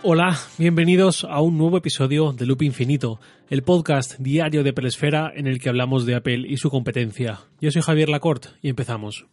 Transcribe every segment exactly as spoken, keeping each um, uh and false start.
Hola, bienvenidos a un nuevo episodio de Loop Infinito, el podcast diario de Apple Esfera en el que hablamos de Apple y su competencia. Yo soy Javier Lacorte y empezamos.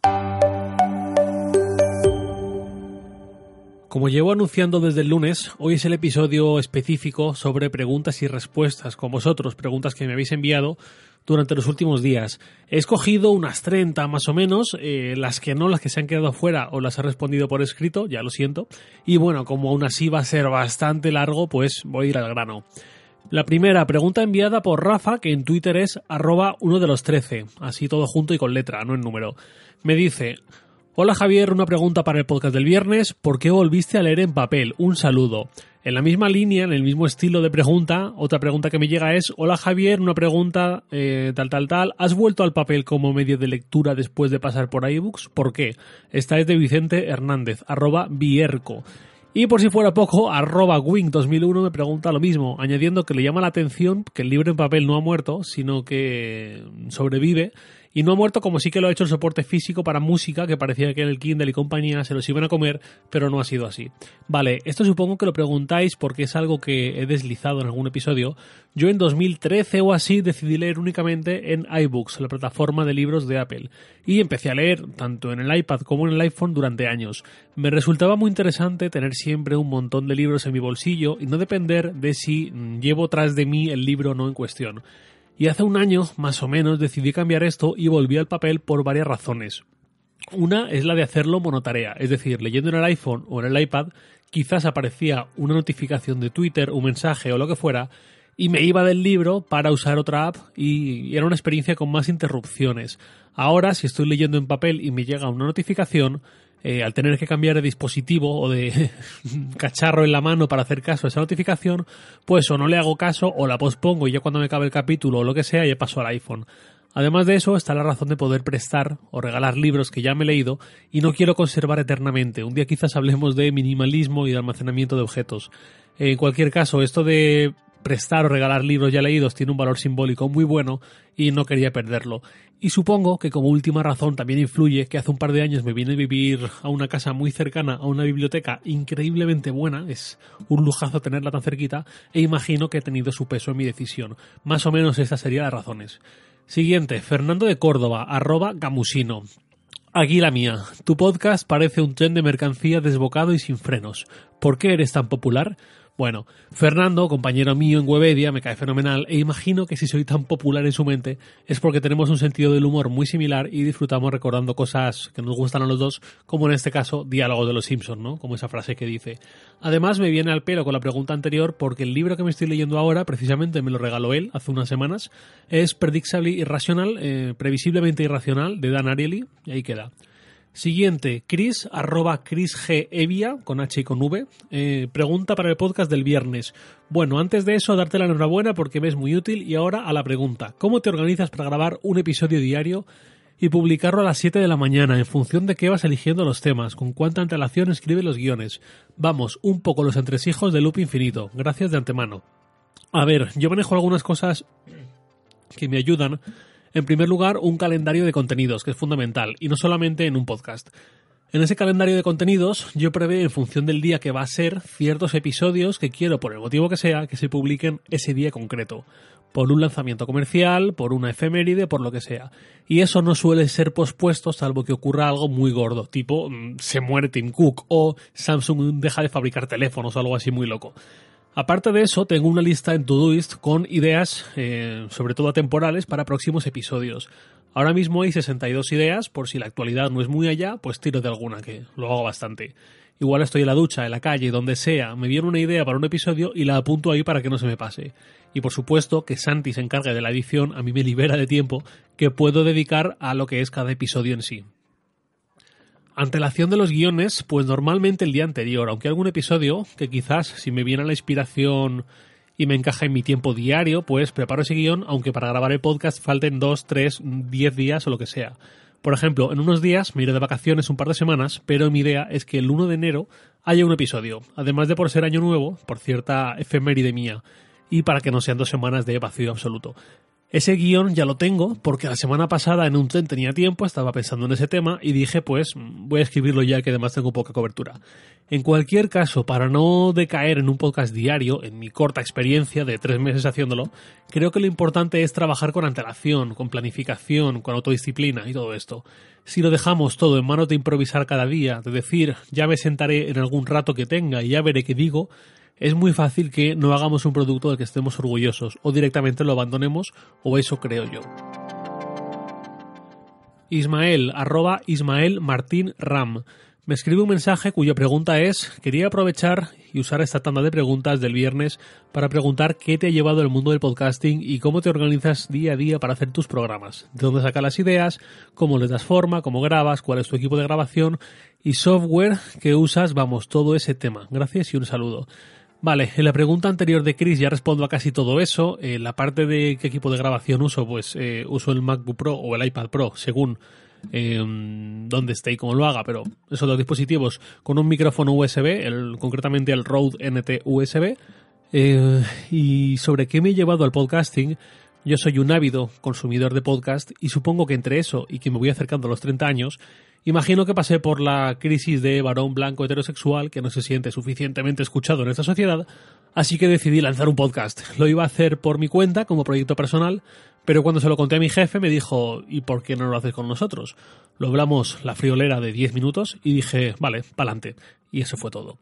Como llevo anunciando desde el lunes, hoy es el episodio específico sobre preguntas y respuestas con vosotros, preguntas que me habéis enviado durante los últimos días. He escogido unas treinta más o menos, eh, las que no, las que se han quedado fuera o las he respondido por escrito, ya lo siento. Y bueno, como aún así va a ser bastante largo, pues voy a ir al grano. La primera pregunta enviada por Rafa, que en Twitter es arroba uno de los trece, así todo junto y con letra, no en número. Me dice: hola Javier, una pregunta para el podcast del viernes. ¿Por qué volviste a leer en papel? Un saludo. En la misma línea, en el mismo estilo de pregunta, otra pregunta que me llega es: hola Javier, una pregunta eh, tal tal tal. ¿Has vuelto al papel como medio de lectura después de pasar por iBooks? ¿Por qué? Esta es de Vicente Hernández, arroba Bierco. Y por si fuera poco, arroba Wing dos mil uno me pregunta lo mismo, añadiendo que le llama la atención que el libro en papel no ha muerto, sino que sobrevive. Y no ha muerto como sí que lo ha hecho el soporte físico para música, que parecía que en el Kindle y compañía se los iban a comer, pero no ha sido así. Vale, esto supongo que lo preguntáis porque es algo que he deslizado en algún episodio. Yo en dos mil trece o así decidí leer únicamente en iBooks, la plataforma de libros de Apple. Y empecé a leer tanto en el iPad como en el iPhone durante años. Me resultaba muy interesante tener siempre un montón de libros en mi bolsillo y no depender de si llevo tras de mí el libro o no en cuestión. Y hace un año, más o menos, decidí cambiar esto y volví al papel por varias razones. Una es la de hacerlo monotarea, es decir, leyendo en el iPhone o en el iPad, quizás aparecía una notificación de Twitter, un mensaje o lo que fuera, y me iba del libro para usar otra app y era una experiencia con más interrupciones. Ahora, si estoy leyendo en papel y me llega una notificación, Eh, al tener que cambiar de dispositivo o de cacharro en la mano para hacer caso a esa notificación, pues o no le hago caso o la pospongo y ya cuando me acabe el capítulo o lo que sea ya paso al iPhone. Además de eso está la razón de poder prestar o regalar libros que ya me he leído y no quiero conservar eternamente. Un día quizás hablemos de minimalismo y de almacenamiento de objetos. En cualquier caso, esto de prestar o regalar libros ya leídos tiene un valor simbólico muy bueno y no quería perderlo. Y supongo que como última razón también influye que hace un par de años me vine a vivir a una casa muy cercana a una biblioteca increíblemente buena, es un lujazo tenerla tan cerquita, e imagino que ha tenido su peso en mi decisión. Más o menos estas serían las razones. Siguiente, Fernando de Córdoba, arroba Gamusino. Aquí la mía. Tu podcast parece un tren de mercancía desbocado y sin frenos. ¿Por qué eres tan popular? Bueno, Fernando, compañero mío en Webedia, me cae fenomenal e imagino que si soy tan popular en su mente es porque tenemos un sentido del humor muy similar y disfrutamos recordando cosas que nos gustan a los dos, como en este caso, diálogos de los Simpsons, ¿no? Como esa frase que dice. Además, me viene al pelo con la pregunta anterior porque el libro que me estoy leyendo ahora, precisamente me lo regaló él hace unas semanas, es Predictably Irrational, eh, Previsiblemente Irracional, de Dan Ariely, y ahí queda. Siguiente, Chris, arroba Chris G. Evia, con H y con V, eh, pregunta para el podcast del viernes. Bueno, antes de eso, darte la enhorabuena porque me es muy útil y ahora a la pregunta. ¿Cómo te organizas para grabar un episodio diario y publicarlo a las siete de la mañana en función de qué vas eligiendo los temas? ¿Con cuánta antelación escribes los guiones? Vamos, un poco los entresijos de Loop Infinito. Gracias de antemano. A ver, yo manejo algunas cosas que me ayudan. En primer lugar, un calendario de contenidos, que es fundamental, y no solamente en un podcast. En ese calendario de contenidos, yo prevé, en función del día que va a ser, ciertos episodios que quiero, por el motivo que sea, que se publiquen ese día concreto. Por un lanzamiento comercial, por una efeméride, por lo que sea. Y eso no suele ser pospuesto, salvo que ocurra algo muy gordo, tipo, mmm, se muere Tim Cook, o Samsung deja de fabricar teléfonos, o algo así muy loco. Aparte de eso, tengo una lista en Todoist con ideas, eh, sobre todo atemporales, para próximos episodios. Ahora mismo hay sesenta y dos ideas, por si la actualidad no es muy allá, pues tiro de alguna, que lo hago bastante. Igual estoy en la ducha, en la calle, donde sea, me viene una idea para un episodio y la apunto ahí para que no se me pase. Y por supuesto que Santi se encargue de la edición, a mí me libera de tiempo que puedo dedicar a lo que es cada episodio en sí. Antelación de los guiones, pues normalmente el día anterior, aunque algún episodio que quizás si me viene la inspiración y me encaja en mi tiempo diario, pues preparo ese guión, aunque para grabar el podcast falten dos, tres, diez días o lo que sea. Por ejemplo, en unos días me iré de vacaciones un par de semanas, pero mi idea es que el uno de enero haya un episodio, además de por ser año nuevo, por cierta efeméride mía, y para que no sean dos semanas de vacío absoluto. Ese guión ya lo tengo porque la semana pasada en un tren tenía tiempo, estaba pensando en ese tema y dije pues voy a escribirlo ya que además tengo poca cobertura. En cualquier caso, para no decaer en un podcast diario, en mi corta experiencia de tres meses haciéndolo, creo que lo importante es trabajar con antelación, con planificación, con autodisciplina y todo esto. Si lo dejamos todo en manos de improvisar cada día, de decir ya me sentaré en algún rato que tenga y ya veré qué digo, es muy fácil que no hagamos un producto del que estemos orgullosos o directamente lo abandonemos, o eso creo yo. Ismael, arroba Ismael Martín Ram. Me escribe un mensaje cuya pregunta es: quería aprovechar y usar esta tanda de preguntas del viernes para preguntar qué te ha llevado al mundo del podcasting y cómo te organizas día a día para hacer tus programas, de dónde sacas las ideas, cómo les das forma, cómo grabas, cuál es tu equipo de grabación y software que usas, vamos, todo ese tema. Gracias y un saludo. Vale, en la pregunta anterior de Chris ya respondo a casi todo eso. En la parte de qué equipo de grabación uso, pues eh, uso el MacBook Pro o el iPad Pro, según eh, dónde esté y cómo lo haga, pero esos dos dispositivos con un micrófono U S B, el, concretamente el Rode N T U S B. Eh, y sobre qué me he llevado al podcasting, yo soy un ávido consumidor de podcast y supongo que entre eso y que me voy acercando a los treinta años, imagino que pasé por la crisis de varón blanco heterosexual que no se siente suficientemente escuchado en esta sociedad, así que decidí lanzar un podcast. Lo iba a hacer por mi cuenta, como proyecto personal, pero cuando se lo conté a mi jefe me dijo: ¿y por qué no lo haces con nosotros? Lo hablamos la friolera de diez minutos y dije, vale, pa'lante. Y eso fue todo.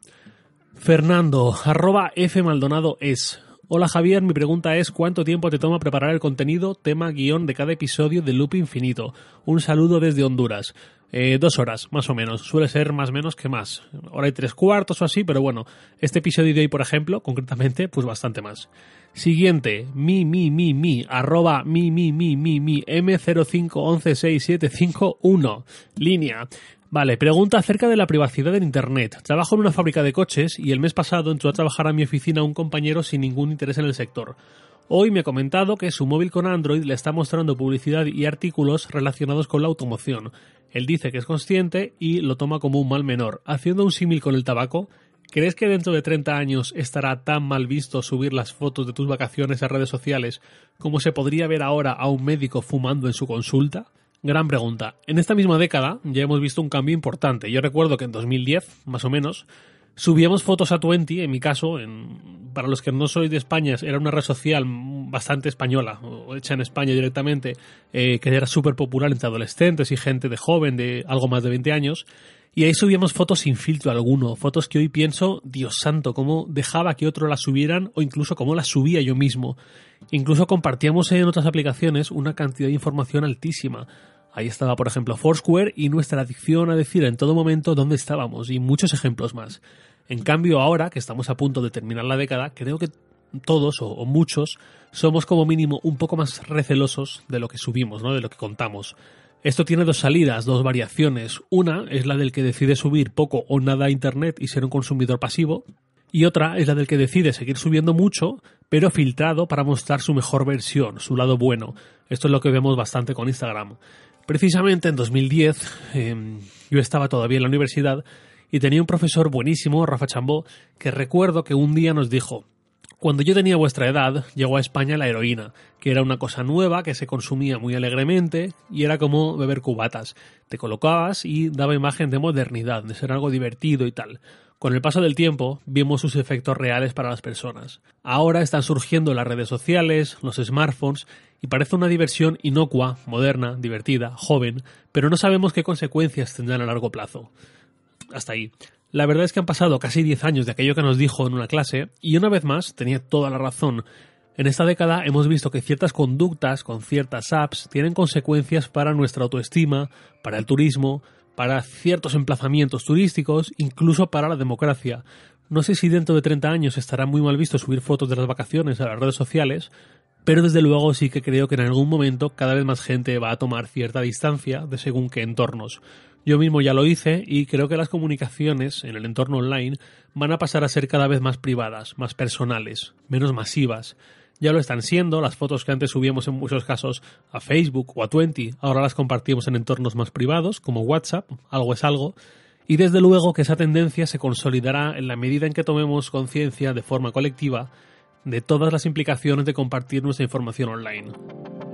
Fernando, arroba F Maldonado es... Hola Javier, mi pregunta es ¿cuánto tiempo te toma preparar el contenido, tema, guión de cada episodio de Loop Infinito? Un saludo desde Honduras. Eh, dos horas, más o menos. Suele ser más menos que más. Hora y tres cuartos o así, pero bueno, este episodio de hoy, por ejemplo, concretamente, pues bastante más. Siguiente, mi, mi, mi, mi, arroba mi, mi, mi, mi, mi, M cero cinco once seis siete cinco uno. Línea. Vale, pregunta acerca de la privacidad en Internet. Trabajo en una fábrica de coches y el mes pasado entró a trabajar a mi oficina un compañero sin ningún interés en el sector. Hoy me ha comentado que su móvil con Android le está mostrando publicidad y artículos relacionados con la automoción. Él dice que es consciente y lo toma como un mal menor. Haciendo un símil con el tabaco, ¿crees que dentro de treinta años estará tan mal visto subir las fotos de tus vacaciones a redes sociales como se podría ver ahora a un médico fumando en su consulta? Gran pregunta. En esta misma década ya hemos visto un cambio importante. Yo recuerdo que en dos mil diez, más o menos, subíamos fotos a veinte, en mi caso, en, para los que no sois de España, era una red social bastante española, hecha en España directamente, eh, que era súper popular entre adolescentes y gente de joven, de algo más de veinte años, y ahí subíamos fotos sin filtro alguno, fotos que hoy pienso, Dios santo, cómo dejaba que otros las subieran o incluso cómo las subía yo mismo. Incluso compartíamos en otras aplicaciones una cantidad de información altísima. Ahí estaba, por ejemplo, Foursquare y nuestra adicción a decir en todo momento dónde estábamos y muchos ejemplos más. En cambio, ahora que estamos a punto de terminar la década, creo que todos o, o muchos somos como mínimo un poco más recelosos de lo que subimos, ¿no? De lo que contamos. Esto tiene dos salidas, dos variaciones. Una es la del que decide subir poco o nada a Internet y ser un consumidor pasivo. Y otra es la del que decide seguir subiendo mucho, pero filtrado para mostrar su mejor versión, su lado bueno. Esto es lo que vemos bastante con Instagram. Precisamente en dos mil diez eh, yo estaba todavía en la universidad y tenía un profesor buenísimo, Rafa Chambó, que recuerdo que un día nos dijo: cuando yo tenía vuestra edad, llegó a España la heroína, que era una cosa nueva que se consumía muy alegremente y era como beber cubatas. Te colocabas y daba imagen de modernidad, de ser algo divertido y tal. Con el paso del tiempo, vimos sus efectos reales para las personas. Ahora están surgiendo las redes sociales, los smartphones, y parece una diversión inocua, moderna, divertida, joven, pero no sabemos qué consecuencias tendrán a largo plazo. Hasta ahí. La verdad es que han pasado casi diez años de aquello que nos dijo en una clase, y una vez más tenía toda la razón. En esta década hemos visto que ciertas conductas con ciertas apps tienen consecuencias para nuestra autoestima, para el turismo, para ciertos emplazamientos turísticos, incluso para la democracia. No sé si dentro de treinta años estará muy mal visto subir fotos de las vacaciones a las redes sociales, pero desde luego sí que creo que en algún momento cada vez más gente va a tomar cierta distancia de según qué entornos. Yo mismo ya lo hice y creo que las comunicaciones en el entorno online van a pasar a ser cada vez más privadas, más personales, menos masivas. Ya lo están siendo, las fotos que antes subíamos en muchos casos a Facebook o a veinte, ahora las compartimos en entornos más privados, como WhatsApp, algo es algo, y desde luego que esa tendencia se consolidará en la medida en que tomemos conciencia de forma colectiva de todas las implicaciones de compartir nuestra información online.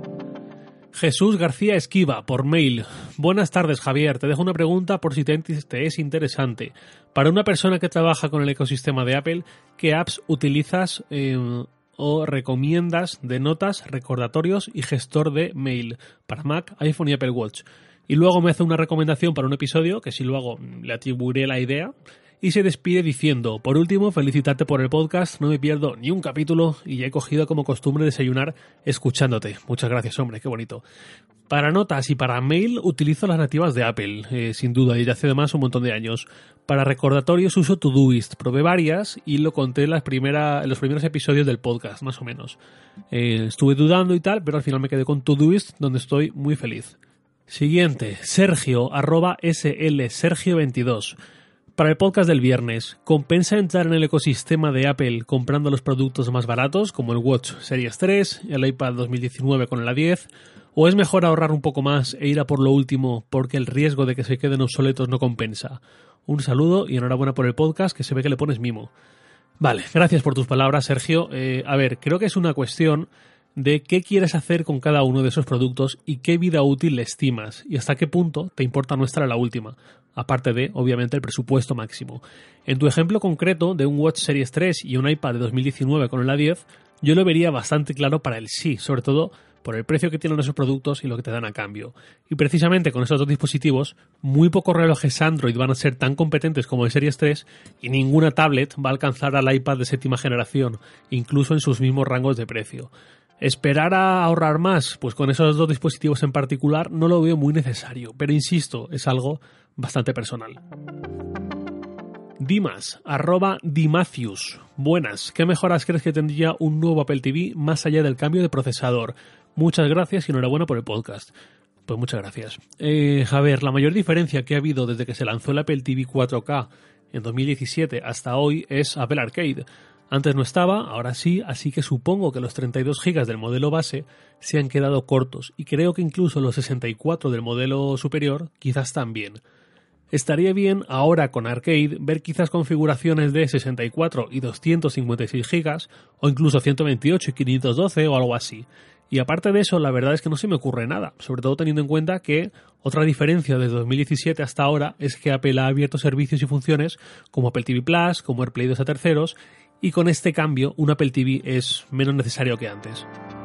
Jesús García Esquiva, por mail. Buenas tardes, Javier. Te dejo una pregunta por si te, te es interesante. Para una persona que trabaja con el ecosistema de Apple, ¿qué apps utilizas eh, o recomiendas de notas, recordatorios y gestor de mail para Mac, iPhone y Apple Watch? Y luego me hace una recomendación para un episodio, que si lo hago le atribuiré la idea, y se despide diciendo: por último, felicitarte por el podcast, no me pierdo ni un capítulo y ya he cogido como costumbre desayunar escuchándote. Muchas gracias, hombre, qué bonito. Para notas y para mail utilizo las nativas de Apple, eh, sin duda, y desde hace además un montón de años. Para recordatorios uso Todoist, probé varias y lo conté en, las primera, en los primeros episodios del podcast, más o menos. Eh, estuve dudando y tal, pero al final me quedé con Todoist, donde estoy muy feliz. Siguiente, Sergio, arroba sl sergio veintidós. Para el podcast del viernes, ¿compensa entrar en el ecosistema de Apple comprando los productos más baratos, como el Watch Series tres, el iPad dos mil diecinueve con el A diez, o es mejor ahorrar un poco más e ir a por lo último porque el riesgo de que se queden obsoletos no compensa? Un saludo y enhorabuena por el podcast, que se ve que le pones mimo. Vale, gracias por tus palabras, Sergio. Eh, a ver, creo que es una cuestión de qué quieres hacer con cada uno de esos productos y qué vida útil le estimas y hasta qué punto te importa no estar a la última, aparte de, obviamente, el presupuesto máximo. En tu ejemplo concreto de un Watch Series tres y un iPad de dos mil diecinueve con el A diez, yo lo vería bastante claro para el sí, sobre todo por el precio que tienen esos productos y lo que te dan a cambio. Y precisamente con esos dos dispositivos, muy pocos relojes Android van a ser tan competentes como el Series tres y ninguna tablet va a alcanzar al iPad de séptima generación, incluso en sus mismos rangos de precio. ¿Esperar a ahorrar más? Pues con esos dos dispositivos en particular no lo veo muy necesario, pero insisto, es algo bastante personal. Dimas, arroba Dimacius. Buenas, ¿qué mejoras crees que tendría un nuevo Apple T V más allá del cambio de procesador? Muchas gracias y enhorabuena por el podcast. Pues muchas gracias. Eh, a ver, la mayor diferencia que ha habido desde que se lanzó el Apple T V cuatro K en dos mil diecisiete hasta hoy es Apple Arcade. Antes no estaba, ahora sí, así que supongo que los treinta y dos gigas del modelo base se han quedado cortos y creo que incluso los sesenta y cuatro del modelo superior quizás también. Estaría bien ahora con Arcade ver quizás configuraciones de sesenta y cuatro y doscientos cincuenta y seis gigas o incluso ciento veintiocho y quinientos doce o algo así. Y aparte de eso, la verdad es que no se me ocurre nada, sobre todo teniendo en cuenta que otra diferencia desde dos mil diecisiete hasta ahora es que Apple ha abierto servicios y funciones como Apple T V Plus, como AirPlay dos a terceros, y con este cambio un Apple T V es menos necesario que antes.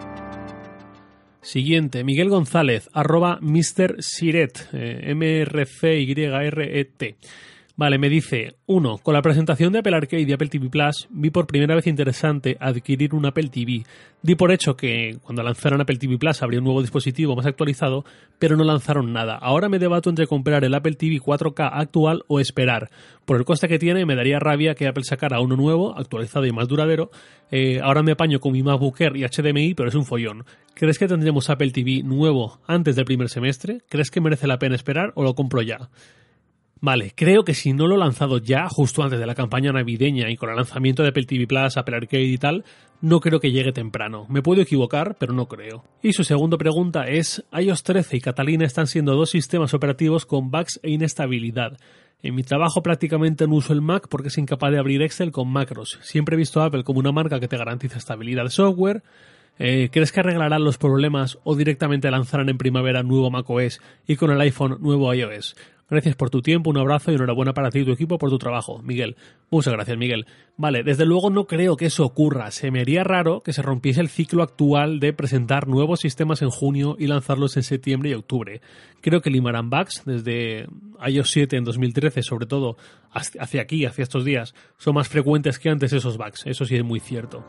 Siguiente, Miguel González, arroba mister Siret, eh, M R C Y R E T. Vale, me dice, uno. Con la presentación de Apple Arcade y Apple T V Plus, vi por primera vez interesante adquirir un Apple T V. Di por hecho que cuando lanzaran Apple T V Plus habría un nuevo dispositivo más actualizado, pero no lanzaron nada. Ahora me debato entre comprar el Apple T V cuatro K actual o esperar. Por el coste que tiene, me daría rabia que Apple sacara uno nuevo, actualizado y más duradero. Eh, ahora me apaño con mi MacBook Air y H D M I, pero es un follón. ¿Crees que tendremos Apple T V nuevo antes del primer semestre? ¿Crees que merece la pena esperar o lo compro ya? Vale, creo que si no lo he lanzado ya, justo antes de la campaña navideña y con el lanzamiento de Apple T V Plus, Apple Arcade y tal, no creo que llegue temprano. Me puedo equivocar, pero no creo. Y su segunda pregunta es, iOS trece y Catalina están siendo dos sistemas operativos con bugs e inestabilidad. En mi trabajo prácticamente no uso el Mac porque es incapaz de abrir Excel con macros. Siempre he visto a Apple como una marca que te garantiza estabilidad de software. Eh, ¿Crees que arreglarán los problemas o directamente lanzarán en primavera nuevo macOS y con el iPhone nuevo iOS? Gracias por tu tiempo, un abrazo y enhorabuena para ti y tu equipo por tu trabajo, Miguel. Muchas gracias, Miguel. Vale, desde luego no creo que eso ocurra. Se me haría raro que se rompiese el ciclo actual de presentar nuevos sistemas en junio y lanzarlos en septiembre y octubre. Creo que limarán bugs desde iOS siete en dos mil trece, sobre todo hacia aquí, hacia estos días. Son más frecuentes que antes esos bugs, eso sí es muy cierto.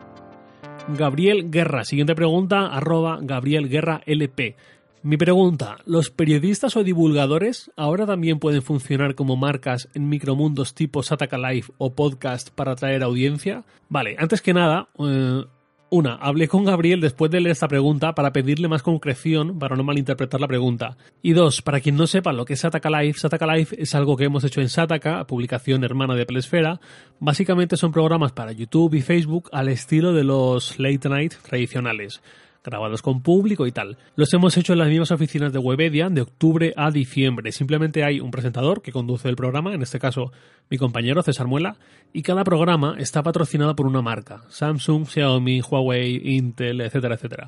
Gabriel Guerra, siguiente pregunta, arroba Gabriel Guerra L P. Mi pregunta, ¿los periodistas o divulgadores ahora también pueden funcionar como marcas en micromundos tipo Sataka Live o podcast para atraer audiencia? Vale, antes que nada, eh, una, hablé con Gabriel después de leer esta pregunta para pedirle más concreción para no malinterpretar la pregunta. Y dos, para quien no sepa lo que es Sataka Live, Sataka Live es algo que hemos hecho en Sataka, publicación hermana de Plesfera. Básicamente son programas para YouTube y Facebook al estilo de los late night tradicionales, grabados con público y tal. Los hemos hecho en las mismas oficinas de Webedia de octubre a diciembre. Simplemente hay un presentador que conduce el programa, en este caso mi compañero César Muela, y cada programa está patrocinado por una marca: Samsung, Xiaomi, Huawei, Intel, etcétera, etcétera.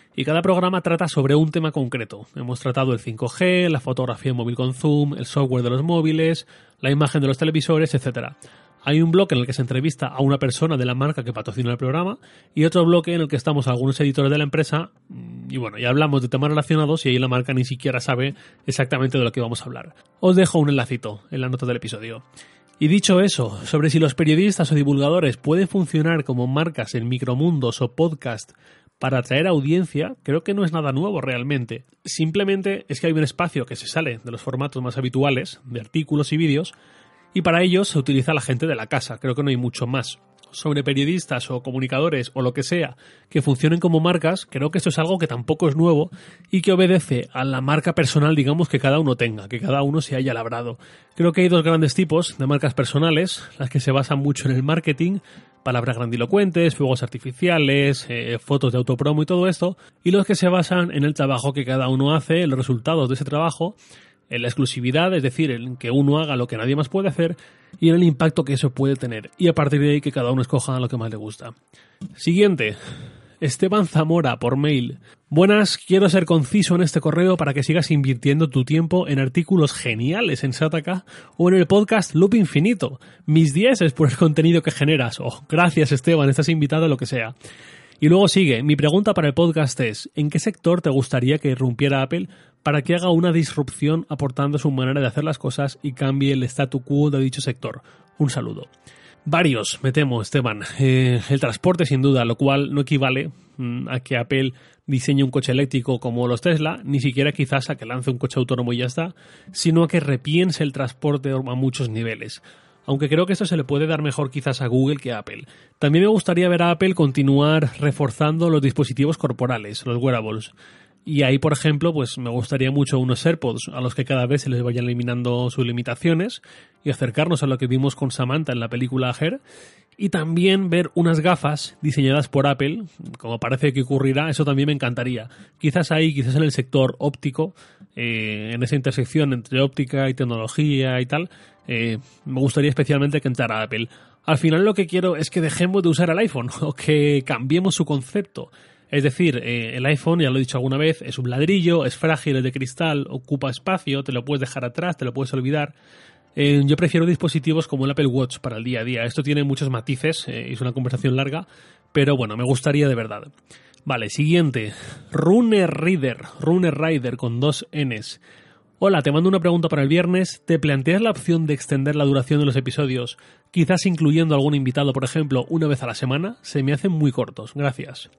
y cada programa trata sobre un tema concreto. Hemos tratado el cinco G, la fotografía móvil con zoom, el software de los móviles, la imagen de los televisores, etcétera. Hay un bloque en el que se entrevista a una persona de la marca que patrocina el programa y otro bloque en el que estamos algunos editores de la empresa y bueno, y hablamos de temas relacionados y ahí la marca ni siquiera sabe exactamente de lo que vamos a hablar. Os dejo un enlacito en la nota del episodio. Y dicho eso, sobre si los periodistas o divulgadores pueden funcionar como marcas en micromundos o podcast para atraer audiencia, creo que no es nada nuevo realmente. Simplemente es que hay un espacio que se sale de los formatos más habituales, de artículos y vídeos, y para ello se utiliza la gente de la casa, creo que no hay mucho más. Sobre periodistas o comunicadores o lo que sea que funcionen como marcas, creo que esto es algo que tampoco es nuevo y que obedece a la marca personal, digamos, que cada uno tenga, que cada uno se haya labrado. Creo que hay dos grandes tipos de marcas personales, las que se basan mucho en el marketing, palabras grandilocuentes, fuegos artificiales, eh, fotos de autopromo y todo esto, y los que se basan en el trabajo que cada uno hace, en los resultados de ese trabajo, en la exclusividad, es decir, en que uno haga lo que nadie más puede hacer y en el impacto que eso puede tener. Y a partir de ahí que cada uno escoja lo que más le gusta. Siguiente. Esteban Zamora por mail. Buenas, quiero ser conciso en este correo para que sigas invirtiendo tu tiempo en artículos geniales en Sataka o en el podcast Loop Infinito. Mis dieces por el contenido que generas. Oh, gracias Esteban, estás invitado a lo que sea. Y luego sigue, mi pregunta para el podcast es, ¿en qué sector te gustaría que irrumpiera Apple para que haga una disrupción aportando su manera de hacer las cosas y cambie el statu quo de dicho sector? Un saludo. Varios, me temo, Esteban. Eh, el transporte, sin duda, lo cual no equivale mmm, a que Apple diseñe un coche eléctrico como los Tesla, ni siquiera quizás a que lance un coche autónomo y ya está, sino a que repiense el transporte a muchos niveles. Aunque creo que esto se le puede dar mejor quizás a Google que a Apple. También me gustaría ver a Apple continuar reforzando los dispositivos corporales, los wearables. Y ahí, por ejemplo, pues me gustaría mucho unos AirPods a los que cada vez se les vayan eliminando sus limitaciones y acercarnos a lo que vimos con Samantha en la película Her. Y también ver unas gafas diseñadas por Apple, como parece que ocurrirá, eso también me encantaría. Quizás ahí, quizás en el sector óptico, eh, en esa intersección entre óptica y tecnología y tal, eh, me gustaría especialmente que entrara Apple. Al final lo que quiero es que dejemos de usar el iPhone o que cambiemos su concepto. Es decir, eh, el iPhone, ya lo he dicho alguna vez, es un ladrillo, es frágil, es de cristal, ocupa espacio, te lo puedes dejar atrás, te lo puedes olvidar. Eh, yo prefiero dispositivos como el Apple Watch para el día a día. Esto tiene muchos matices, eh, es una conversación larga, pero bueno, me gustaría de verdad. Vale, siguiente. Runner Rider, Runner Rider con dos Ns. Hola, te mando una pregunta para el viernes. ¿Te planteas la opción de extender la duración de los episodios, quizás incluyendo algún invitado, por ejemplo, una vez a la semana? Se me hacen muy cortos. Gracias.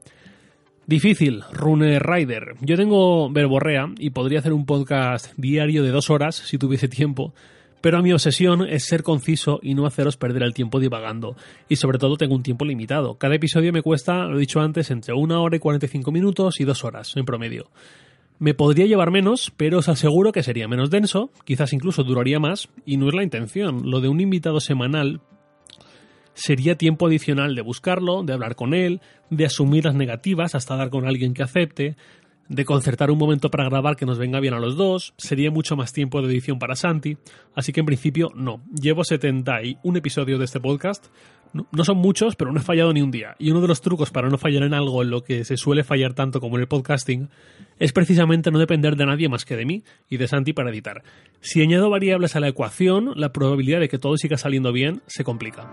Difícil, Runner Rider. Yo tengo verborrea y podría hacer un podcast diario de dos horas si tuviese tiempo, pero mi obsesión es ser conciso y no haceros perder el tiempo divagando. Y sobre todo tengo un tiempo limitado. Cada episodio me cuesta, lo he dicho antes, entre una hora y cuarenta y cinco minutos y dos horas en promedio. Me podría llevar menos, pero os aseguro que sería menos denso, quizás incluso duraría más, y no es la intención. Lo de un invitado semanal sería tiempo adicional de buscarlo, de hablar con él, de asumir las negativas hasta dar con alguien que acepte, de concertar un momento para grabar que nos venga bien a los dos, sería mucho más tiempo de edición para Santi, así que en principio no. Llevo setenta y un episodios de este podcast, no, no son muchos, pero no he fallado ni un día, y uno de los trucos para no fallar en algo en lo que se suele fallar tanto como en el podcasting es precisamente no depender de nadie más que de mí y de Santi para editar. Si añado variables a la ecuación, la probabilidad de que todo siga saliendo bien se complica.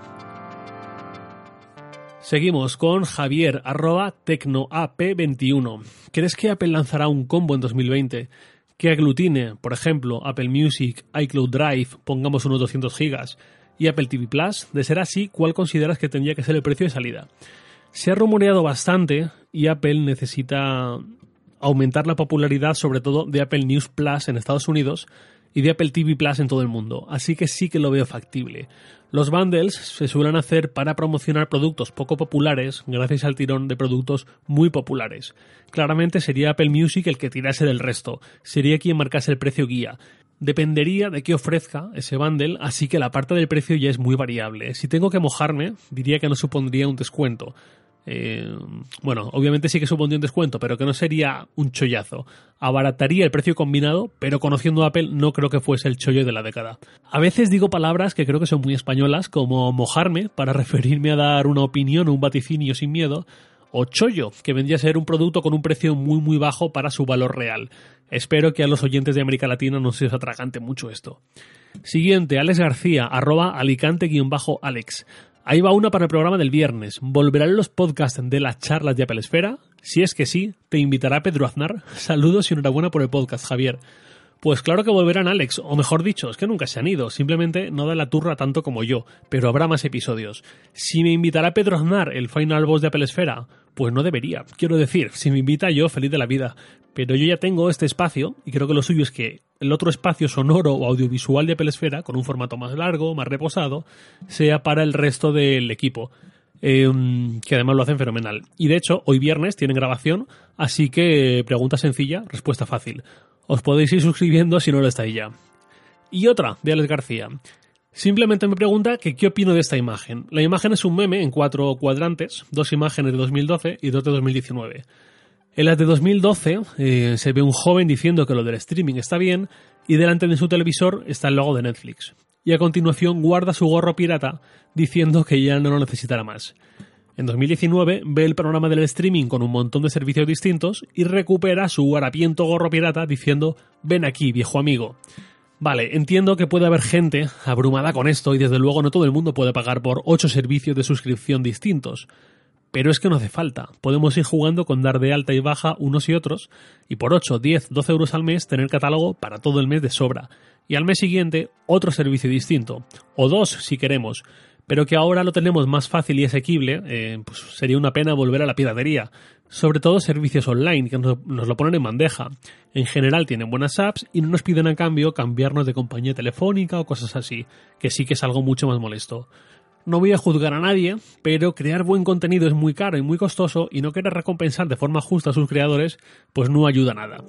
Seguimos con Javier, arroba tecnoap veintiuno. ¿Crees que Apple lanzará un combo en dos mil veinte que aglutine, por ejemplo, Apple Music, iCloud Drive, pongamos unos doscientos gigas, y Apple T V Plus? De ser así, ¿cuál consideras que tendría que ser el precio de salida? Se ha rumoreado bastante y Apple necesita aumentar la popularidad, sobre todo de Apple News Plus en Estados Unidos y de Apple T V Plus en todo el mundo, así que sí que lo veo factible. Los bundles se suelen hacer para promocionar productos poco populares gracias al tirón de productos muy populares. Claramente sería Apple Music el que tirase del resto, sería quien marcase el precio guía. Dependería de qué ofrezca ese bundle, así que la parte del precio ya es muy variable. Si tengo que mojarme, diría que no supondría un descuento. Eh, bueno, obviamente sí que supondría un descuento, pero que no sería un chollazo. Abarataría el precio combinado, pero conociendo a Apple no creo que fuese el chollo de la década. A veces digo palabras que creo que son muy españolas, como mojarme, para referirme a dar una opinión o un vaticinio sin miedo, o chollo, que vendría a ser un producto con un precio muy muy bajo para su valor real. Espero que a los oyentes de América Latina no se os atragante mucho esto. Siguiente, Alex García, arroba alicante-alex. Ahí va una para el programa del viernes. ¿Volverán los podcasts de las charlas de Apple Esfera? Si es que sí, ¿te invitará Pedro Aznar? Saludos y enhorabuena por el podcast, Javier. Pues claro que volverán, Alex, o mejor dicho, es que nunca se han ido, simplemente no da la turra tanto como yo, pero habrá más episodios. Si me invitará Pedro Aznar, el final boss de Apple Esfera, pues no debería. Quiero decir, si me invita yo, feliz de la vida. Pero yo ya tengo este espacio, y creo que lo suyo es que el otro espacio sonoro o audiovisual de Apple Esfera, con un formato más largo, más reposado, sea para el resto del equipo. Eh, que además lo hacen fenomenal. Y de hecho, hoy viernes tienen grabación, así que pregunta sencilla, respuesta fácil. Os podéis ir suscribiendo si no lo estáis ya. Y otra, de Alex García. Simplemente me pregunta que qué opino de esta imagen. La imagen es un meme en cuatro cuadrantes, dos imágenes de dos mil doce y dos de dos mil diecinueve. En las de dos mil doce eh, se ve un joven diciendo que lo del streaming está bien y delante de su televisor está el logo de Netflix. Y a continuación guarda su gorro pirata diciendo que ya no lo necesitará más. En dos mil diecinueve ve el panorama del streaming con un montón de servicios distintos y recupera su harapiento gorro pirata diciendo «Ven aquí, viejo amigo». Vale, entiendo que puede haber gente abrumada con esto y desde luego no todo el mundo puede pagar por ocho servicios de suscripción distintos. Pero es que no hace falta. Podemos ir jugando con dar de alta y baja unos y otros y por ocho, diez, doce euros al mes tener catálogo para todo el mes de sobra. Y al mes siguiente otro servicio distinto. O dos si queremos. Pero que ahora lo tenemos más fácil y asequible, eh, pues sería una pena volver a la piratería. Sobre todo servicios online, que nos, nos lo ponen en bandeja. En general tienen buenas apps y no nos piden a cambio cambiarnos de compañía telefónica o cosas así, que sí que es algo mucho más molesto. No voy a juzgar a nadie, pero crear buen contenido es muy caro y muy costoso y no querer recompensar de forma justa a sus creadores, pues no ayuda a nada.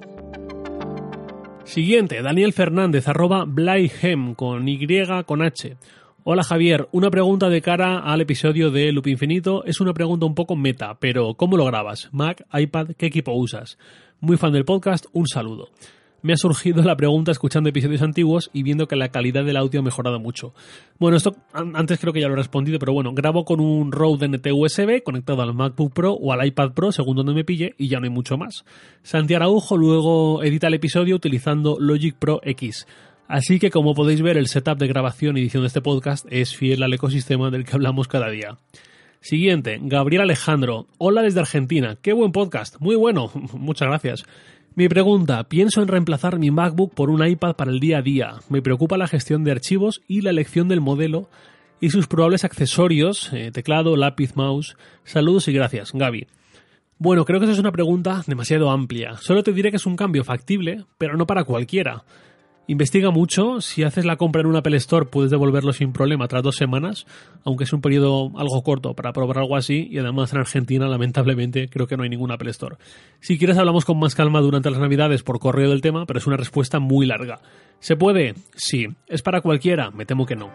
Siguiente, Daniel Fernández, arroba Blyhem, con Y, con H. Hola Javier, una pregunta de cara al episodio de Loop Infinito. Es una pregunta un poco meta, pero ¿cómo lo grabas? ¿Mac, iPad? ¿Qué equipo usas? Muy fan del podcast, un saludo. Me ha surgido la pregunta escuchando episodios antiguos y viendo que la calidad del audio ha mejorado mucho. Bueno, esto antes creo que ya lo he respondido, pero bueno, grabo con un Rode N T U S B conectado al MacBook Pro o al iPad Pro, según donde me pille, y ya no hay mucho más. Santi Araujo luego edita el episodio utilizando Logic Pro X. Así que, como podéis ver, el setup de grabación y edición de este podcast es fiel al ecosistema del que hablamos cada día. Siguiente, Gabriel Alejandro. Hola desde Argentina. ¡Qué buen podcast! Muy bueno. Muchas gracias. Mi pregunta, pienso en reemplazar mi MacBook por un iPad para el día a día. Me preocupa la gestión de archivos y la elección del modelo y sus probables accesorios, eh, teclado, lápiz, mouse. Saludos y gracias, Gaby. Bueno, creo que esa es una pregunta demasiado amplia. Solo te diré que es un cambio factible, pero no para cualquiera. Investiga mucho, si haces la compra en un Apple Store puedes devolverlo sin problema tras dos semanas, aunque es un periodo algo corto para probar algo así y además en Argentina lamentablemente creo que no hay ningún Apple Store. Si quieres hablamos con más calma durante las navidades por correo del tema, pero es una respuesta muy larga. ¿Se puede? Sí. ¿Es para cualquiera? Me temo que no.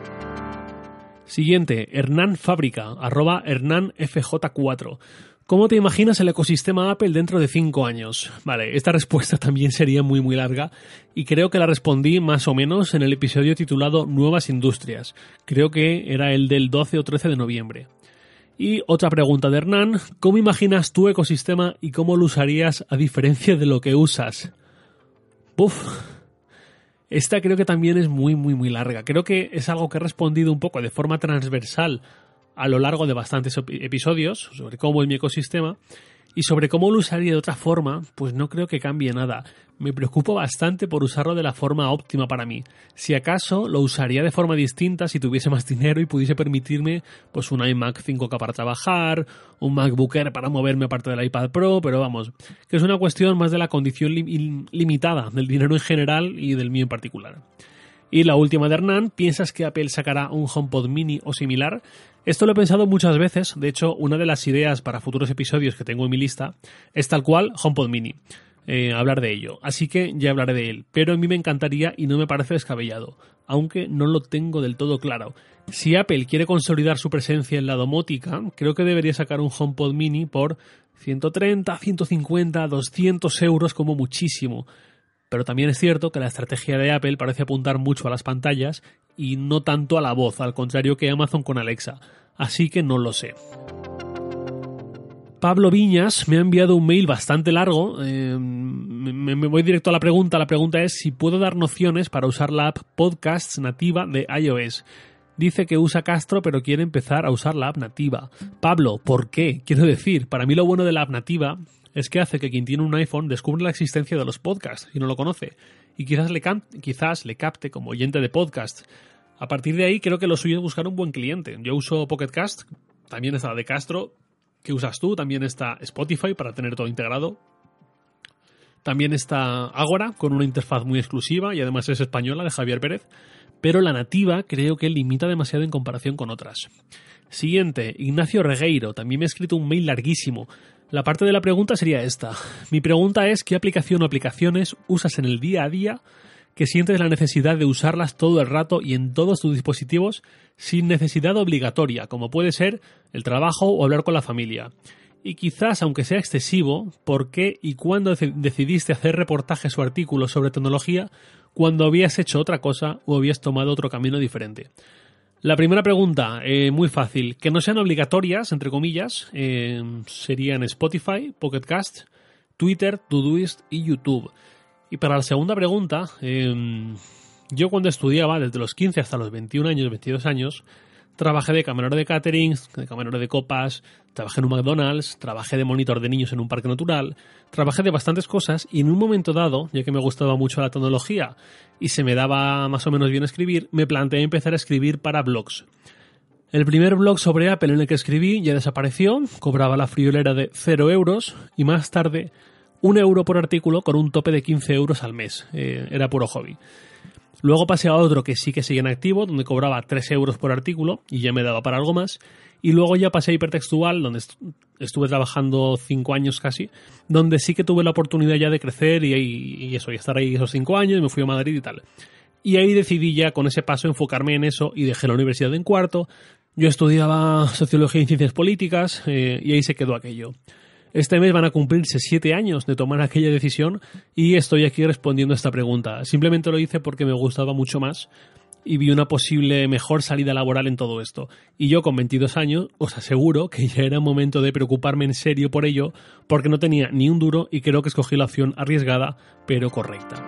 Siguiente, Hernán Fábrica, arroba Hernán F J cuatro. ¿Cómo te imaginas el ecosistema Apple dentro de cinco años? Vale, esta respuesta también sería muy muy larga y creo que la respondí más o menos en el episodio titulado Nuevas Industrias. Creo que era el del doce o trece de noviembre. Y otra pregunta de Hernán, ¿cómo imaginas tu ecosistema y cómo lo usarías a diferencia de lo que usas? Uf, esta creo que también es muy muy muy larga. Creo que es algo que he respondido un poco de forma transversal a lo largo de bastantes episodios sobre cómo es mi ecosistema y sobre cómo lo usaría de otra forma, pues no creo que cambie nada. Me preocupo bastante por usarlo de la forma óptima para mí. Si acaso lo usaría de forma distinta si tuviese más dinero y pudiese permitirme pues un iMac cinco K para trabajar, un MacBook Air para moverme aparte del iPad Pro, pero vamos, que es una cuestión más de la condición lim- limitada del dinero en general y del mío en particular. Y la última de Hernán, ¿piensas que Apple sacará un HomePod Mini o similar? Esto lo he pensado muchas veces, de hecho una de las ideas para futuros episodios que tengo en mi lista es tal cual HomePod Mini, eh, hablar de ello, así que ya hablaré de él, pero a mí me encantaría y no me parece descabellado, aunque no lo tengo del todo claro. Si Apple quiere consolidar su presencia en la domótica, creo que debería sacar un HomePod Mini por ciento treinta, ciento cincuenta, doscientos euros como muchísimo. Pero también es cierto que la estrategia de Apple parece apuntar mucho a las pantallas y no tanto a la voz, al contrario que Amazon con Alexa. Así que no lo sé. Pablo Viñas me ha enviado un mail bastante largo. Eh, me, me voy directo a la pregunta. La pregunta es si puedo dar nociones para usar la app Podcasts nativa de iOS. Dice que usa Castro, pero quiere empezar a usar la app nativa. Pablo, ¿por qué? Quiero decir, para mí lo bueno de la app nativa es que hace que quien tiene un iPhone descubra la existencia de los podcasts y no lo conoce. Y quizás le, can- quizás le capte como oyente de podcasts. A partir de ahí creo que lo suyo es buscar un buen cliente. Yo uso Pocket Cast, también está la de Castro. ¿Qué usas tú? También está Spotify para tener todo integrado. También está Agora con una interfaz muy exclusiva y además es española, de Javier Pérez. Pero la nativa creo que limita demasiado en comparación con otras. Siguiente, Ignacio Regueiro. También me ha escrito un mail larguísimo. La parte de la pregunta sería esta. Mi pregunta es ¿qué aplicación o aplicaciones usas en el día a día que sientes la necesidad de usarlas todo el rato y en todos tus dispositivos sin necesidad obligatoria, como puede ser el trabajo o hablar con la familia? Y quizás, aunque sea excesivo, ¿por qué y cuándo decidiste hacer reportajes o artículos sobre tecnología cuando habías hecho otra cosa o habías tomado otro camino diferente? La primera pregunta, eh, muy fácil, que no sean obligatorias, entre comillas, eh, serían Spotify, Pocket Cast, Twitter, Todoist y YouTube. Y para la segunda pregunta, eh, yo cuando estudiaba, desde los quince hasta los veintiún años, veintidós años, trabajé de camarero de catering, de camarero de copas, trabajé en un McDonald's, trabajé de monitor de niños en un parque natural, trabajé de bastantes cosas y en un momento dado, ya que me gustaba mucho la tecnología y se me daba más o menos bien escribir, me planteé empezar a escribir para blogs. El primer blog sobre Apple en el que escribí ya desapareció, cobraba la friolera de cero euros y más tarde un euro por artículo con un tope de quince euros al mes. Eh, era puro hobby. Luego pasé a otro que sí que seguía en activo, donde cobraba tres euros por artículo y ya me daba para algo más. Y luego ya pasé a Hipertextual, donde est- estuve trabajando cinco años casi, donde sí que tuve la oportunidad ya de crecer y, y, y eso, y estar ahí esos cinco años, y me fui a Madrid y tal. Y ahí decidí ya con ese paso enfocarme en eso y dejé la universidad en cuarto. Yo estudiaba Sociología y Ciencias Políticas eh, y ahí se quedó aquello. Este mes van a cumplirse siete años de tomar aquella decisión y estoy aquí respondiendo a esta pregunta. Simplemente lo hice porque me gustaba mucho más y vi una posible mejor salida laboral en todo esto. Y yo con veintidós años os aseguro que ya era momento de preocuparme en serio por ello porque no tenía ni un duro y creo que escogí la opción arriesgada pero correcta.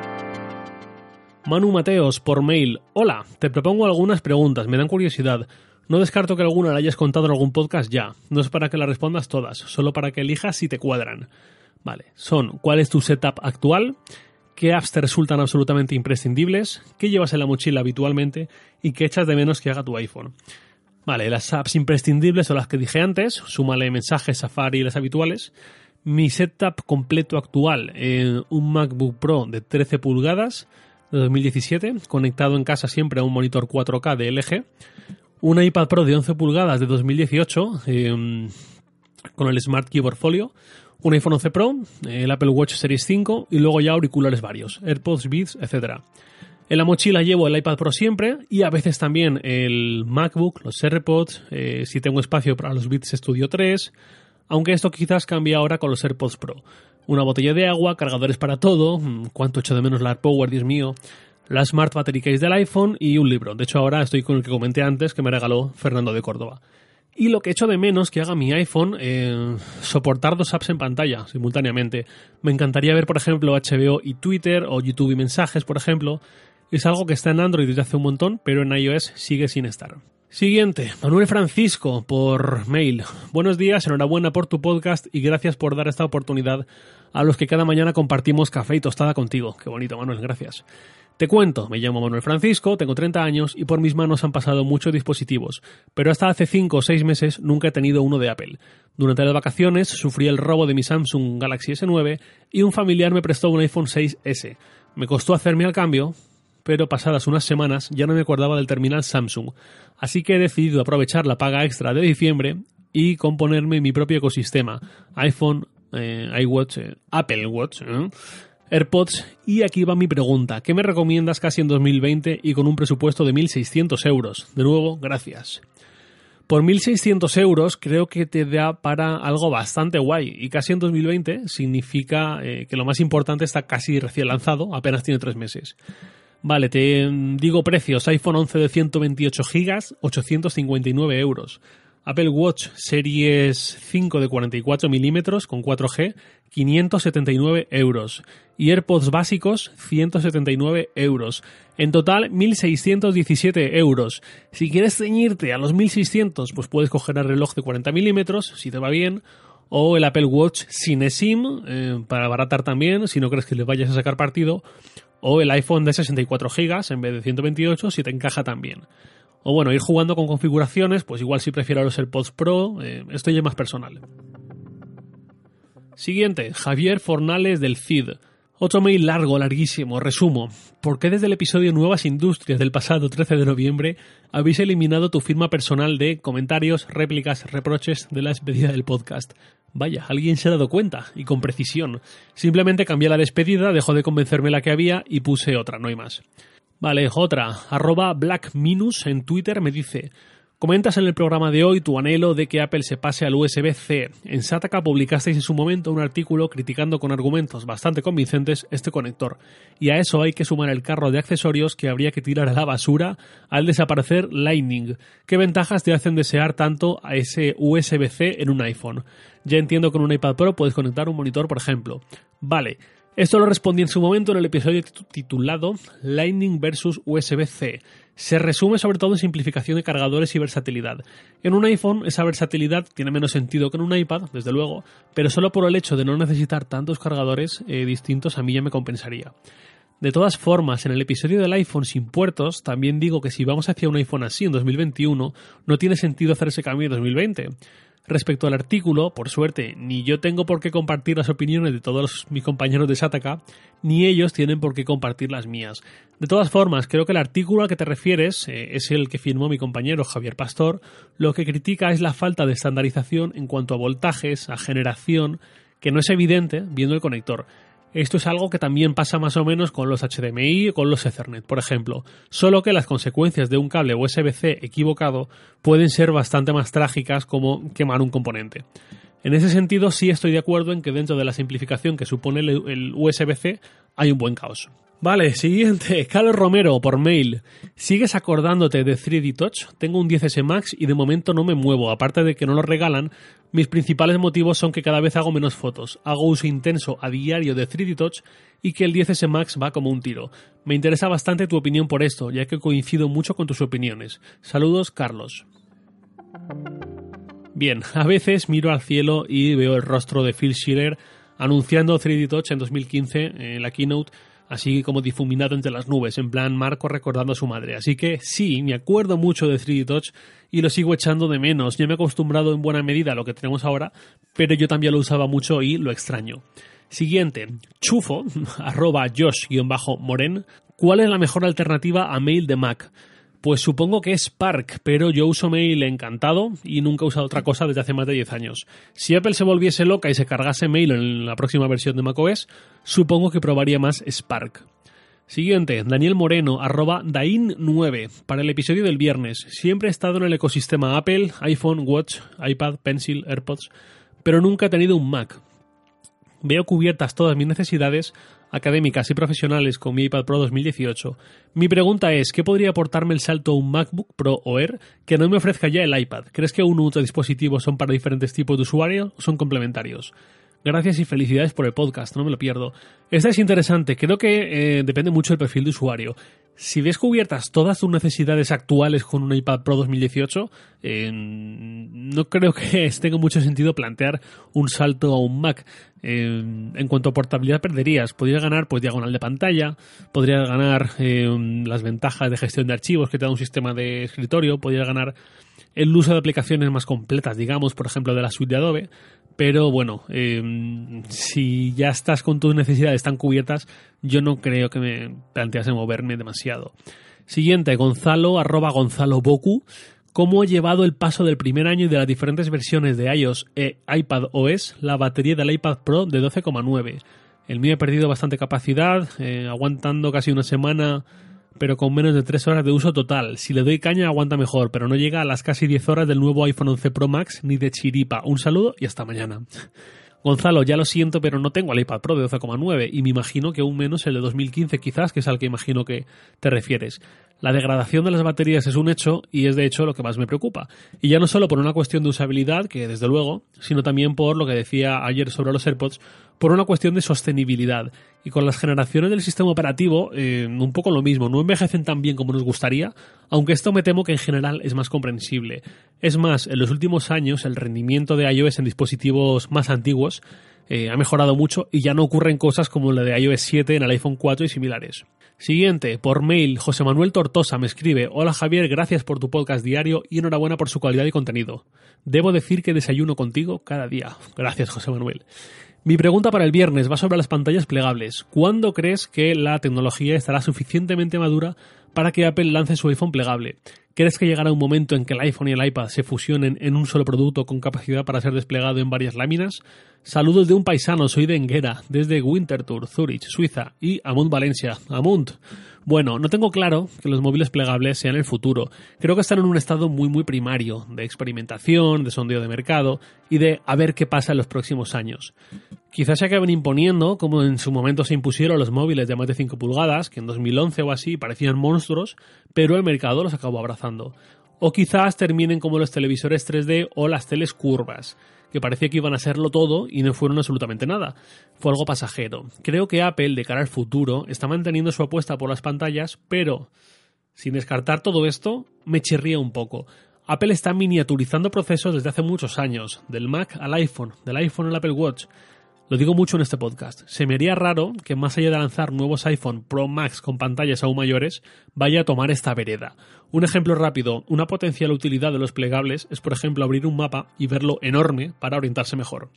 Manu Mateos por mail. Hola, te propongo algunas preguntas, me dan curiosidad. No descarto que alguna la hayas contado en algún podcast ya. No es para que la respondas todas, solo para que elijas si te cuadran. Vale, son ¿cuál es tu setup actual? ¿Qué apps te resultan absolutamente imprescindibles? ¿Qué llevas en la mochila habitualmente? ¿Y qué echas de menos que haga tu iPhone? Vale, las apps imprescindibles son las que dije antes, súmale mensajes, Safari y las habituales. Mi setup completo actual, eh, un MacBook Pro de trece pulgadas de dos mil diecisiete, conectado en casa siempre a un monitor cuatro K de L G. Un iPad Pro de once pulgadas de dos mil dieciocho eh, con el Smart Keyboard Folio, un iPhone once Pro, el Apple Watch Series cinco y luego ya auriculares varios, AirPods, Beats, etcétera. En la mochila llevo el iPad Pro siempre y a veces también el MacBook, los AirPods, eh, si tengo espacio para los Beats Studio tres, aunque esto quizás cambie ahora con los AirPods Pro. Una botella de agua, cargadores para todo, cuánto echo de menos la AirPower, Dios mío, la Smart Battery Case del iPhone y un libro. De hecho, ahora estoy con el que comenté antes, que me regaló Fernando de Córdoba. Y lo que echo de menos que haga mi iPhone, eh, soportar dos apps en pantalla simultáneamente. Me encantaría ver, por ejemplo, H B O y Twitter, o YouTube y mensajes, por ejemplo. Es algo que está en Android desde hace un montón, pero en iOS sigue sin estar. Siguiente, Manuel Francisco, por mail. Buenos días, enhorabuena por tu podcast y gracias por dar esta oportunidad a los que cada mañana compartimos café y tostada contigo. Qué bonito, Manuel, gracias. Te cuento, me llamo Manuel Francisco, tengo treinta años y por mis manos han pasado muchos dispositivos, pero hasta hace cinco o seis meses nunca he tenido uno de Apple. Durante las vacaciones sufrí el robo de mi Samsung Galaxy ese nueve y un familiar me prestó un iPhone seis ese. Me costó hacerme al cambio, pero pasadas unas semanas ya no me acordaba del terminal Samsung, así que he decidido aprovechar la paga extra de diciembre y componerme mi propio ecosistema, iPhone, eh, iWatch, eh, Apple Watch, ¿eh? AirPods, y aquí va mi pregunta. ¿Qué me recomiendas casi en dos mil veinte y con un presupuesto de mil seiscientos euros? De nuevo, gracias. Por mil seiscientos euros creo que te da para algo bastante guay y casi en dos mil veinte significa eh, que lo más importante está casi recién lanzado, apenas tiene tres meses. Vale, te digo precios. iPhone once de ciento veintiocho gigas, ochocientos cincuenta y nueve euros. Apple Watch Series cinco de cuarenta y cuatro milímetros con cuatro G, quinientos setenta y nueve euros. Y AirPods básicos, ciento setenta y nueve euros. En total, mil seiscientos diecisiete euros. Si quieres ceñirte a los mil seiscientos, pues puedes coger el reloj de cuarenta milímetros, si te va bien, o el Apple Watch sin eSIM, eh, para abaratar también, si no crees que le vayas a sacar partido, o el iPhone de sesenta y cuatro gigas en vez de ciento veintiocho, si te encaja también. O bueno, ir jugando con configuraciones, pues igual si prefiero los AirPods Pro, eh, esto ya es más personal. Siguiente, Javier Fornales del C I D. Otro mail largo, larguísimo. Resumo. ¿Por qué desde el episodio Nuevas Industrias del pasado trece de noviembre habéis eliminado tu firma personal de comentarios, réplicas, reproches de la despedida del podcast? Vaya, alguien se ha dado cuenta, y con precisión. Simplemente cambié la despedida, dejó de convencerme la que había y puse otra, no hay más. Vale, otra. Arroba Black Minus en Twitter me dice: comentas en el programa de hoy tu anhelo de que Apple se pase al U S B C. En Sataka publicasteis en su momento un artículo criticando con argumentos bastante convincentes este conector. Y a eso hay que sumar el carro de accesorios que habría que tirar a la basura al desaparecer Lightning. ¿Qué ventajas te hacen desear tanto a ese U S B C en un iPhone? Ya entiendo que en un iPad Pro puedes conectar un monitor, por ejemplo. Vale. Esto lo respondí en su momento en el episodio titulado Lightning versus U S B C. Se resume sobre todo en simplificación de cargadores y versatilidad. En un iPhone esa versatilidad tiene menos sentido que en un iPad, desde luego, pero solo por el hecho de no necesitar tantos cargadores eh, distintos a mí ya me compensaría. De todas formas, en el episodio del iPhone sin puertos también digo que si vamos hacia un iPhone así en dos mil veintiuno no tiene sentido hacer ese cambio en dos mil veinte. Respecto al artículo, por suerte, ni yo tengo por qué compartir las opiniones de todos los, mis compañeros de Sataka, ni ellos tienen por qué compartir las mías. De todas formas, creo que el artículo al que te refieres eh, es el que firmó mi compañero Javier Pastor. Lo que critica es la falta de estandarización en cuanto a voltajes, a generación, que no es evidente viendo el conector. Esto es algo que también pasa más o menos con los H D M I o con los Ethernet, por ejemplo, solo que las consecuencias de un cable U S B C equivocado pueden ser bastante más trágicas, como quemar un componente. En ese sentido, sí estoy de acuerdo en que dentro de la simplificación que supone el, el U S B C hay un buen caos. Vale, siguiente. Carlos Romero, por mail. ¿Sigues acordándote de tres D Touch? Tengo un diez ese Max y de momento no me muevo. Aparte de que no lo regalan, mis principales motivos son que cada vez hago menos fotos. Hago uso intenso a diario de tres D Touch y que el diez ese Max va como un tiro. Me interesa bastante tu opinión por esto, ya que coincido mucho con tus opiniones. Saludos, Carlos. Bien, a veces miro al cielo y veo el rostro de Phil Schiller anunciando tres D Touch en dos mil quince en la keynote, así como difuminado entre las nubes, en plan Marco recordando a su madre. Así que sí, me acuerdo mucho de tres D Touch y lo sigo echando de menos. Ya me he acostumbrado en buena medida a lo que tenemos ahora, pero yo también lo usaba mucho y lo extraño. Siguiente, chufo, arroba josh-moren. ¿Cuál es la mejor alternativa a Mail de Mac? Pues supongo que es Spark, pero yo uso Mail encantado y nunca he usado otra cosa desde hace más de diez años. Si Apple se volviese loca y se cargase Mail en la próxima versión de macOS, supongo que probaría más Spark. Siguiente, Daniel Moreno, arroba Dain nueve. Para el episodio del viernes, siempre he estado en el ecosistema Apple, iPhone, Watch, iPad, Pencil, AirPods, pero nunca he tenido un Mac. Veo cubiertas todas mis necesidades académicas y profesionales con mi iPad Pro dos mil dieciocho. Mi pregunta es, ¿qué podría aportarme el salto a un MacBook Pro o Air que no me ofrezca ya el iPad? ¿Crees que uno u otro dispositivo son para diferentes tipos de usuarios o son complementarios? Gracias y felicidades por el podcast, no me lo pierdo. Esta es interesante, creo que eh, depende mucho del perfil de usuario. Si ves cubiertas todas tus necesidades actuales con un iPad Pro dos mil dieciocho, eh, no creo que tenga mucho sentido plantear un salto a un Mac. Eh, en cuanto a portabilidad perderías, podrías ganar pues diagonal de pantalla, podrías ganar eh, las ventajas de gestión de archivos que te da un sistema de escritorio, podrías ganar el uso de aplicaciones más completas, digamos, por ejemplo de la suite de Adobe. Pero bueno, eh, si ya estás con tus necesidades tan cubiertas, yo no creo que me plantease moverme demasiado. Siguiente, Gonzalo, arroba Gonzalo Boku. ¿Cómo he llevado el paso del primer año y de las diferentes versiones de iOS e iPadOS la batería del iPad Pro de doce coma nueve? El mío ha perdido bastante capacidad, eh, aguantando casi una semana, pero con menos de tres horas de uso total. Si le doy caña aguanta mejor, pero no llega a las casi diez horas del nuevo iPhone once Pro Max ni de chiripa. Un saludo y hasta mañana. Gonzalo, ya lo siento, pero no tengo el iPad Pro de doce coma nueve y me imagino que aún menos el de dos mil quince quizás, que es al que imagino que te refieres. La degradación de las baterías es un hecho y es de hecho lo que más me preocupa. Y ya no solo por una cuestión de usabilidad, que desde luego, sino también por lo que decía ayer sobre los AirPods, por una cuestión de sostenibilidad. Y con las generaciones del sistema operativo, eh, un poco lo mismo, no envejecen tan bien como nos gustaría, aunque esto me temo que en general es más comprensible. Es más, en los últimos años el rendimiento de iOS en dispositivos más antiguos eh, ha mejorado mucho y ya no ocurren cosas como la de iOS siete en el iPhone cuatro y similares. Siguiente, por mail, José Manuel Tortosa me escribe: hola Javier, gracias por tu podcast diario y enhorabuena por su calidad y contenido. Debo decir que desayuno contigo cada día. Gracias, José Manuel. Mi pregunta para el viernes va sobre las pantallas plegables. ¿Cuándo crees que la tecnología estará suficientemente madura para que Apple lance su iPhone plegable? ¿Crees que llegará un momento en que el iPhone y el iPad se fusionen en un solo producto con capacidad para ser desplegado en varias láminas? Saludos de un paisano, soy de Enguera, desde Winterthur, Zurich, Suiza, y Amunt, Valencia. Amunt. Bueno, no tengo claro que los móviles plegables sean el futuro. Creo que están en un estado muy muy primario, de experimentación, de sondeo de mercado y de a ver qué pasa en los próximos años. Quizás se acaben imponiendo, como en su momento se impusieron los móviles de más de cinco pulgadas, que en dos mil once o así parecían monstruos, pero el mercado los acabó abrazando. O quizás terminen como los televisores tres D o las teles curvas, que parecía que iban a serlo todo y no fueron absolutamente nada. Fue algo pasajero. Creo que Apple, de cara al futuro, está manteniendo su apuesta por las pantallas, pero, sin descartar todo esto, me chirría un poco. Apple está miniaturizando procesos desde hace muchos años, del Mac al iPhone, del iPhone al Apple Watch. Lo digo mucho en este podcast. Se me haría raro que más allá de lanzar nuevos iPhone Pro Max con pantallas aún mayores, vaya a tomar esta vereda. Un ejemplo rápido, una potencial utilidad de los plegables es, por ejemplo, abrir un mapa y verlo enorme para orientarse mejor.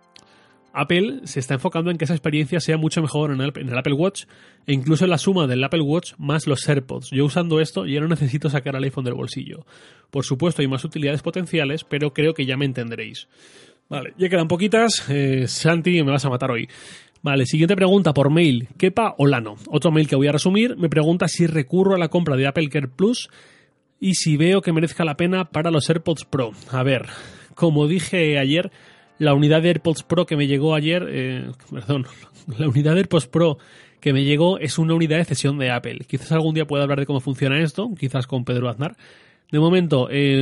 Apple se está enfocando en que esa experiencia sea mucho mejor en el, en el Apple Watch e incluso en la suma del Apple Watch más los AirPods. Yo usando esto ya no necesito sacar el iPhone del bolsillo. Por supuesto hay más utilidades potenciales, pero creo que ya me entenderéis. Vale, ya quedan poquitas. Eh, Santi, me vas a matar hoy. Vale, siguiente pregunta por mail. Kepa Olano. Otro mail que voy a resumir. Me pregunta si recurro a la compra de Apple Care Plus y si veo que merezca la pena para los AirPods Pro. A ver, como dije ayer, la unidad de AirPods Pro que me llegó ayer... Eh, perdón, la unidad de AirPods Pro que me llegó es una unidad de cesión de Apple. Quizás algún día pueda hablar de cómo funciona esto, quizás con Pedro Aznar. De momento... Eh,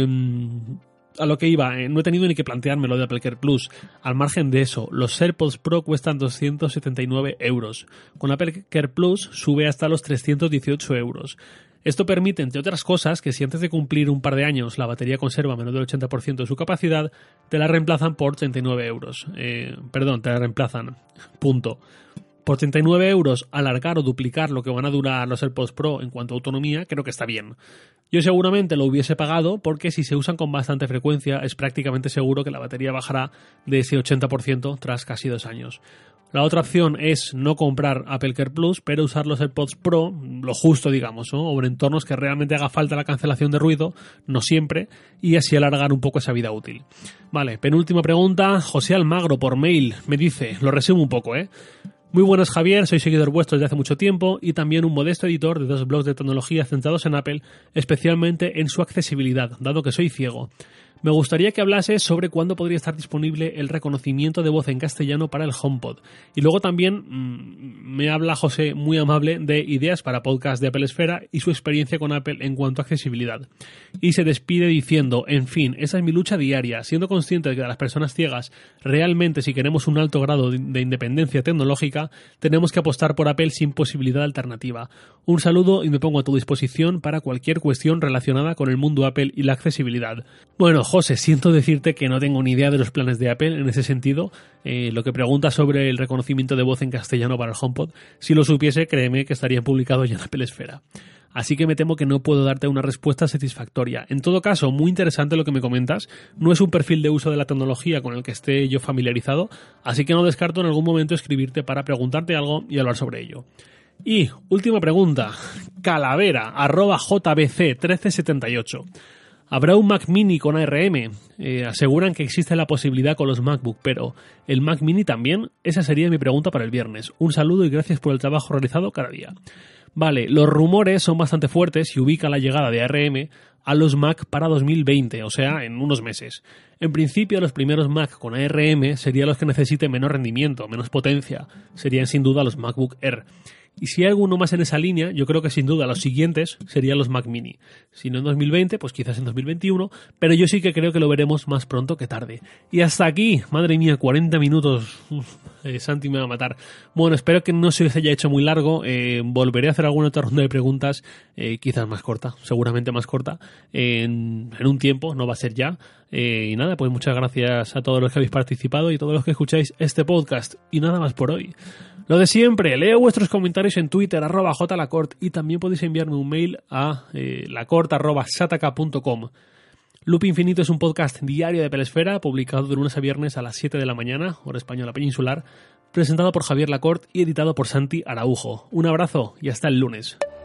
a lo que iba, eh, no he tenido ni que plantearme lo de Apple Care Plus. Al margen de eso, los AirPods Pro cuestan doscientos setenta y nueve euros. Con Apple Care Plus sube hasta los trescientos dieciocho euros. Esto permite, entre otras cosas, que si antes de cumplir un par de años la batería conserva menos del ochenta por ciento de su capacidad, te la reemplazan por treinta y nueve euros. Eh, perdón, te la reemplazan. Punto. Por treinta y nueve euros, alargar o duplicar lo que van a durar los AirPods Pro en cuanto a autonomía, creo que está bien. Yo seguramente lo hubiese pagado porque si se usan con bastante frecuencia es prácticamente seguro que la batería bajará de ese ochenta por ciento tras casi dos años. La otra opción es no comprar Apple Care Plus, pero usar los AirPods Pro, lo justo digamos, ¿no? O en entornos que realmente haga falta la cancelación de ruido, no siempre, y así alargar un poco esa vida útil. Vale, penúltima pregunta, José Almagro por mail, me dice, lo resumo un poco, ¿eh? Muy buenas Javier, soy seguidor vuestro desde hace mucho tiempo y también un modesto editor de dos blogs de tecnología centrados en Apple, especialmente en su accesibilidad, dado que soy ciego. Me gustaría que hablase sobre cuándo podría estar disponible el reconocimiento de voz en castellano para el HomePod. Y luego también mmm, me habla José, muy amable, de ideas para podcast de Apple Esfera y su experiencia con Apple en cuanto a accesibilidad. Y se despide diciendo, en fin, esa es mi lucha diaria, siendo consciente de que a las personas ciegas, realmente si queremos un alto grado de independencia tecnológica, tenemos que apostar por Apple sin posibilidad alternativa. Un saludo y me pongo a tu disposición para cualquier cuestión relacionada con el mundo Apple y la accesibilidad. Bueno, José, siento decirte que no tengo ni idea de los planes de Apple en ese sentido. Eh, lo que pregunta sobre el reconocimiento de voz en castellano para el HomePod, si lo supiese, créeme que estaría publicado ya en Apple Esfera. Así que me temo que no puedo darte una respuesta satisfactoria. En todo caso, muy interesante lo que me comentas. No es un perfil de uso de la tecnología con el que esté yo familiarizado, así que no descarto en algún momento escribirte para preguntarte algo y hablar sobre ello. Y, última pregunta, calavera, arroba jbc trece setenta y ocho. ¿Habrá un Mac Mini con A R M? Eh, aseguran que existe la posibilidad con los MacBook, pero ¿el Mac Mini también? Esa sería mi pregunta para el viernes. Un saludo y gracias por el trabajo realizado cada día. Vale, los rumores son bastante fuertes y ubican la llegada de A R M a los Mac para dos mil veinte, o sea, en unos meses. En principio, los primeros Mac con A R M serían los que necesiten menos rendimiento, menos potencia. Serían sin duda los MacBook Air. Y si hay alguno más en esa línea, yo creo que sin duda los siguientes serían los Mac Mini. Si no en dos mil veinte, pues quizás en dos mil veintiuno, pero yo sí que creo que lo veremos más pronto que tarde. Y hasta aquí, madre mía, cuarenta minutos. Uf, eh, Santi me va a matar. Bueno, espero que no se os haya hecho muy largo. Eh, volveré a hacer alguna otra ronda de preguntas, eh, quizás más corta, seguramente más corta, eh, en, en un tiempo, no va a ser ya. Eh, y nada, pues muchas gracias a todos los que habéis participado y todos los que escucháis este podcast. Y nada más por hoy. Lo de siempre, leo vuestros comentarios en Twitter, arroba jlacort, y también podéis enviarme un mail a eh, lacort arroba sataka punto com. Loop Infinito es un podcast diario de Pelesfera, publicado de lunes a viernes a las siete de la mañana, hora española peninsular, presentado por Javier Lacort y editado por Santi Araujo. Un abrazo y hasta el lunes.